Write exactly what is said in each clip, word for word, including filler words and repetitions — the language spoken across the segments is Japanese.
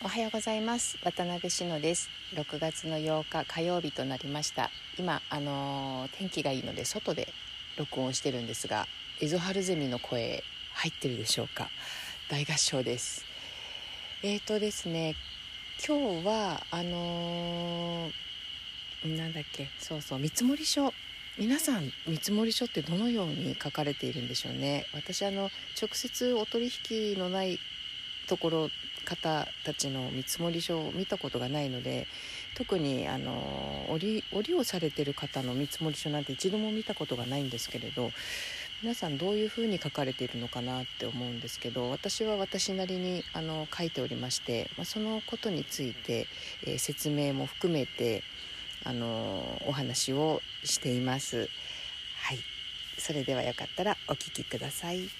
おはようございます。渡辺志乃です。ろくがつのようか火曜日となりました。今、あのー、天気がいいので外で録音してるんですが、エゾハルゼミの声入ってるでしょうか。大合唱です。えーとですね今日はあのー、なんだっけそうそう見積書、皆さん見積書ってどのように書かれているんでしょうね。私あの直接お取引のないところ方たちの見積書を見たことがないので、特にあの折りをされている方の見積書なんて一度も見たことがないんですけれど、皆さんどういうふうに書かれているのかなって思うんですけど、私は私なりにあの書いておりまして、まあ、そのことについて、えー、説明も含めてあのお話をしています。はい、それではよかったらお聞きください。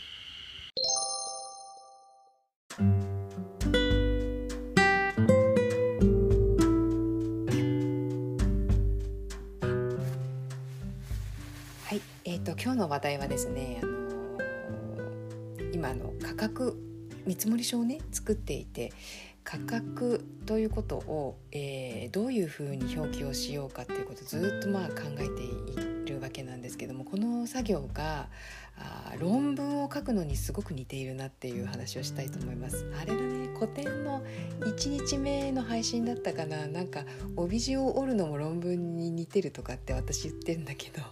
はい、えーと、今日の話題はですね、あのー、今の価格見積書をね作っていて、価格ということを、えー、どういうふうに表記をしようかっていうことをずっとまあ考えているわけなんですけども、この作業があ論文を書くのにすごく似ているなっていう話をしたいと思います。あれだね、古典のいちにちめの配信だったかな、なんか帯字を折るのも論文に似てるとかって私言ってるんだけど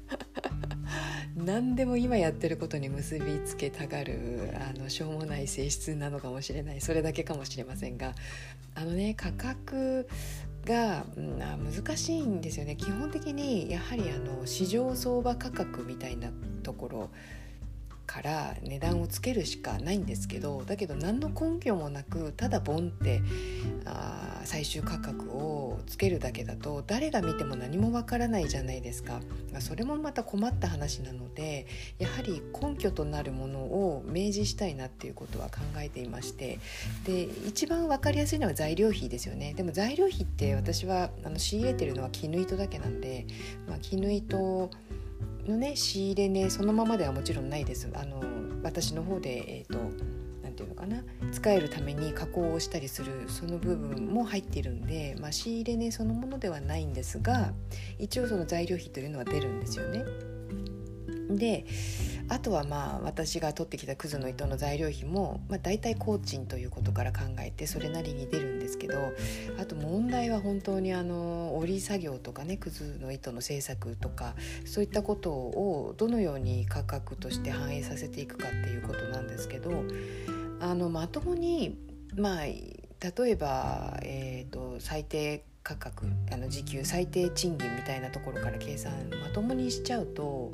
何でも今やってることに結びつけたがるあのしょうもない性質なのかもしれない、それだけかもしれませんが、あのね価格が、うん、難しいんですよね。基本的にやはりあの市場相場価格みたいなところから値段をつけるしかないんですけど、だけど何の根拠もなくただボンってあ最終価格をつけるだけだと誰が見ても何もわからないじゃないですか。それもまた困った話なので、やはり根拠となるものを明示したいなっていうことは考えていまして、で一番わかりやすいのは材料費ですよね。でも材料費って私はあの仕入れてるのは絹糸だけなんで、まあ、絹糸のね仕入れ値そのままではもちろんないです。あの私の方でえっとなんていうのかな、使えるために加工をしたりするその部分も入っているんで、まあ、仕入れ値そのものではないんですが、一応その材料費というのは出るんですよね。であとはまあ私が取ってきたクズの糸の材料費も、まあ、大体工賃ということから考えてそれなりに出るんですけど、あと問題は本当にあの織り作業とかね、クズの糸の製作とかそういったことをどのように価格として反映させていくかっていうことなんですけど、あのまともにまあ例えば、えーと、最低価格あの時給最低賃金みたいなところから計算まともにしちゃうと、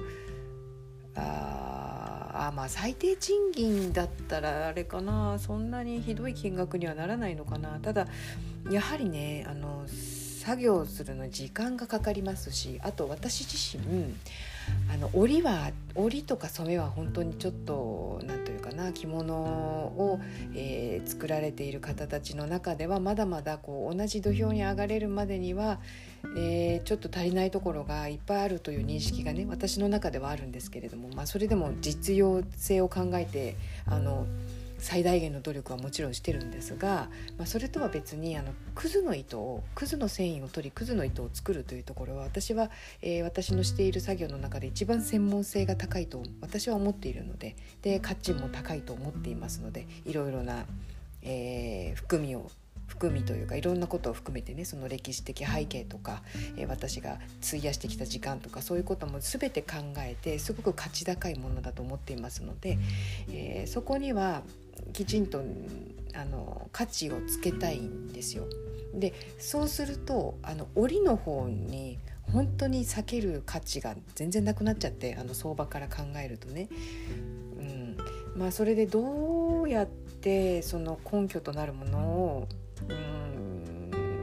ああまあ最低賃金だったらあれかな、そんなにひどい金額にはならないのかな。ただやはりねあの作業するのに時間がかかりますし、あと私自身あの織りは織りとか染めは本当にちょっとなんというかな、着物を、えー、作られている方たちの中ではまだまだこう同じ土俵に上がれるまでには、えー、ちょっと足りないところがいっぱいあるという認識がね私の中ではあるんですけれども、まあ、それでも実用性を考えてあの最大限の努力はもちろんしてるんですが、まあ、それとは別にあのクズの糸をクズの繊維を取りクズの糸を作るというところは私は、えー、私のしている作業の中で一番専門性が高いと私は思っているので、で価値も高いと思っていますので、いろいろな、えー、含みを含みというかいろんなことを含めてね、その歴史的背景とか、えー、私が費やしてきた時間とかそういうことも全て考えてすごく価値高いものだと思っていますので、えー、そこにはきちんとあの価値をつけたいんですよ。でそうするとあの織りの方に本当に避ける価値が全然なくなっちゃって、あの相場から考えるとね、うん、まあそれでどうやってその根拠となるものを、うん、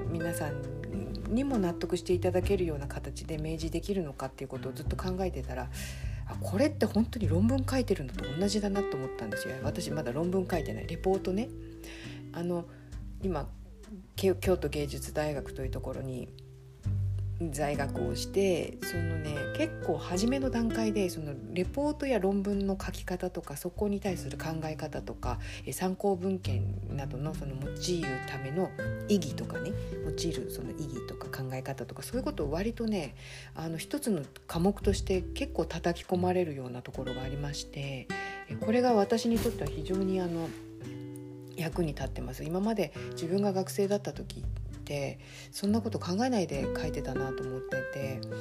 皆さんにも納得していただけるような形で明示できるのかっていうことをずっと考えてたら、あこれって本当に論文書いてるのと同じだなと思ったんですよ。私まだ論文書いてない、レポートね。あの今京都芸術大学というところに在学をして、そのね結構初めの段階でそのレポートや論文の書き方とか、そこに対する考え方とか、参考文献などのその用いるための意義とかね、用いるその意義とか考え方とか、そういうことを割とねあの一つの科目として結構叩き込まれるようなところがありまして、これが私にとっては非常にあの役に立ってます。今まで自分が学生だった時ってそんなこと考えないで書いてたなと思ってて、うん、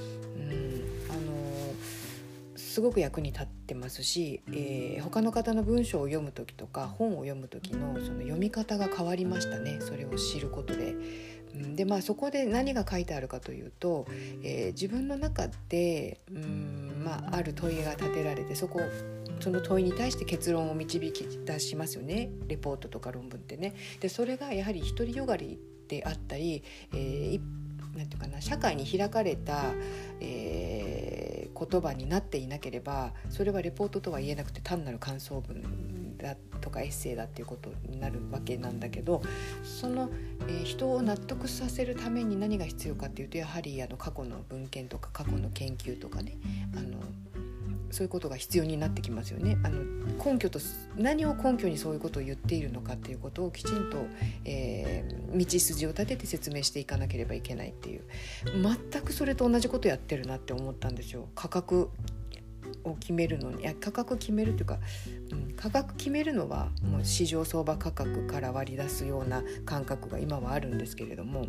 あのすごく役に立ってますし、えー、他の方の文章を読む時とか本を読む時のその読み方が変わりましたね、それを知ることで。でまあ、そこで何が書いてあるかというと、えー、自分の中で、うんまあ、ある問いが立てられて、そこその問いに対して結論を導き出しますよね、レポートとか論文ってね。でそれがやはり独りよがりであったり、えー、なんていうかな、社会に開かれた、えー、言葉になっていなければ、それはレポートとは言えなくて単なる感想文だとかエッセイだっていうことになるわけなんだけど、その、えー、人を納得させるために何が必要かっていうと、やはりあの過去の文献とか過去の研究とかね、あのそういうことが必要になってきますよね。あの根拠と何を根拠にそういうことを言っているのかっていうことをきちんと、えー、道筋を立てて説明していかなければいけないっていう、全くそれと同じことやってるなって思ったんですよ。価格を決めるのに、いや価格決めるというか、うん、価格決めるのはもう市場相場価格から割り出すような感覚が今はあるんですけれども、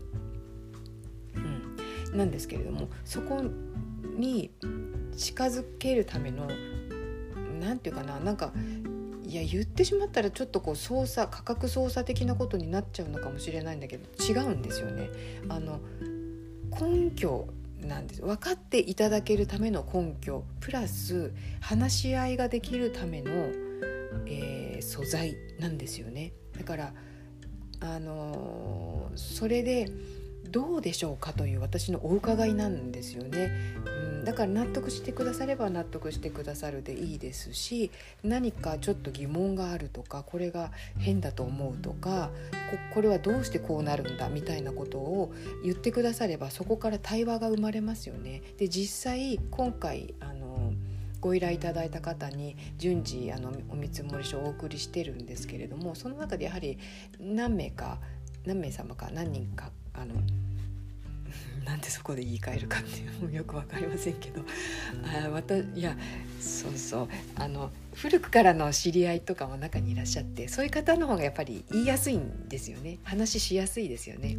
うん、なんですけれども、そこに近づけるためのなんていうかな、なんかいや言ってしまったらちょっとこう操作価格操作的なことになっちゃうのかもしれないんだけど、違うんですよね。あの根拠なんです。分かっていただけるための根拠プラス話し合いができるための、えー、素材なんですよね。だからあのー、それでどうでしょうかという私のお伺いなんですよね、うん、だから納得してくだされば納得してくださるでいいですし、何かちょっと疑問があるとか、これが変だと思うとか、 こ, これはどうしてこうなるんだみたいなことを言ってくだされば、そこから対話が生まれますよね。で実際今回あのご依頼いただいた方に順次あのお見積書をお送りしてるんですけれども、その中でやはり何名か何名様か何人かあのなんでそこで言い換えるかっていうのもよく分かりませんけど、あまたいやそうそうあの古くからの知り合いとかも中にいらっしゃって、そういう方の方がやっぱり言いやすいんですよね。話しやすいですよね、うん、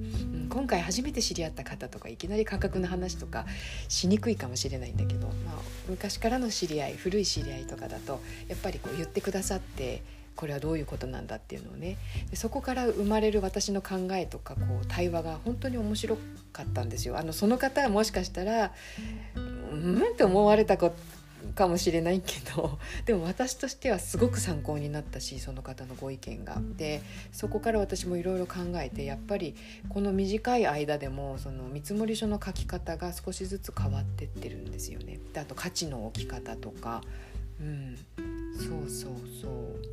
今回初めて知り合った方とかいきなり価格の話とかしにくいかもしれないんだけど、まあ、昔からの知り合い古い知り合いとかだとやっぱりこう言ってくださって、これはどういうことなんだっていうのをね、でそこから生まれる私の考えとかこう対話が本当に面白かったんですよ。あのその方はもしかしたらうんって思われたかもしれないけど、でも私としてはすごく参考になったし、その方のご意見がで、そこから私もいろいろ考えて、やっぱりこの短い間でもその見積書の書き方が少しずつ変わってってるんですよね。であと価値の置き方とか、うん、そうそうそう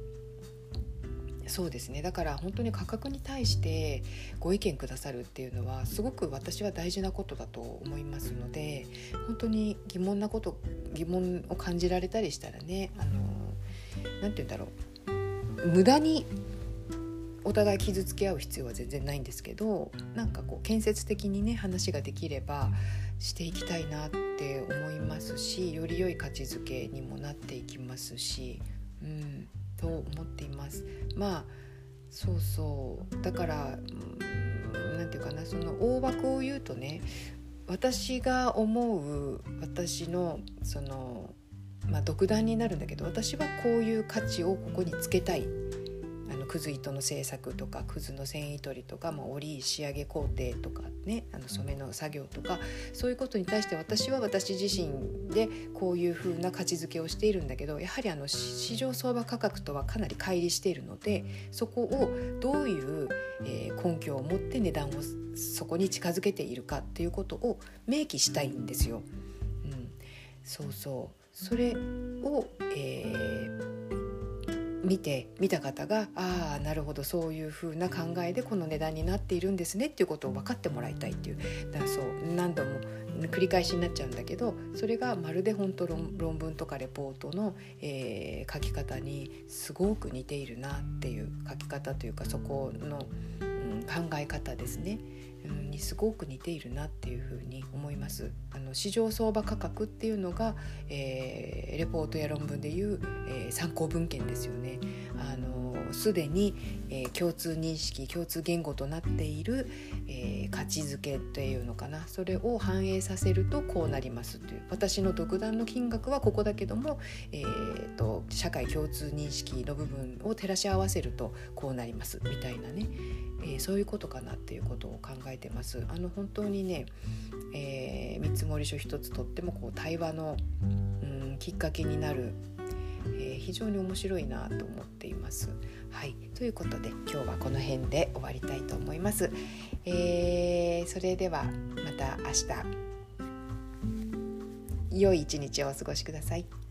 そうですね。だから本当に価格に対してご意見くださるっていうのはすごく私は大事なことだと思いますので、本当に疑問なこと疑問を感じられたりしたらね、あのなんて言うんだろう、無駄にお互い傷つけ合う必要は全然ないんですけど、なんかこう建設的にね話ができればしていきたいなって思いますし、より良い価値づけにもなっていきますし、うんと思っています。まあそうそうだから、うん、なんていうかな、その大枠を言うとね、私が思う私のその、まあ、独断になるんだけど、私はこういう価値をここにつけたい。あのくず糸の製作とかくずの繊維取りとか、まあ、織り仕上げ工程とかね、あの染めの作業とか、そういうことに対して私は私自身でこういう風な価値づけをしているんだけど、やはりあの市場相場価格とはかなり乖離しているので、そこをどういう、えー、根拠を持って値段をそこに近づけているかっていうことを明記したいんですよ、うん、そうそうそれを、えー見て見た方がああなるほどそういう風な考えでこの値段になっているんですねっていうことを分かってもらいたいっていうだからそう何度も繰り返しになっちゃうんだけどそれがまるで本当 論, 論文とかレポートの、えー、書き方にすごく似ているなっていう書き方というかそこの、うん、考え方ですね、うん、にすごく似ているなっていうふうに思います。あの市場相場価格っていうのが、えー、レポートや論文でいう、えー、参考文献ですよね。あのすでに、えー、共通認識共通言語となっている、えー、価値づけっていうのかなそれを反映させるとこうなりますという私の独断の金額はここだけども、えー、と社会共通認識の部分を照らし合わせるとこうなりますみたいなね、えー、そういうことかなっていうことを考えてます。あの本当にね、えー、見積書一つとってもこう対話の、うん、きっかけになるえー、非常に面白いなと思っています。はい、ということで今日はこの辺で終わりたいと思います。えー、それではまた明日良い一日をお過ごしください。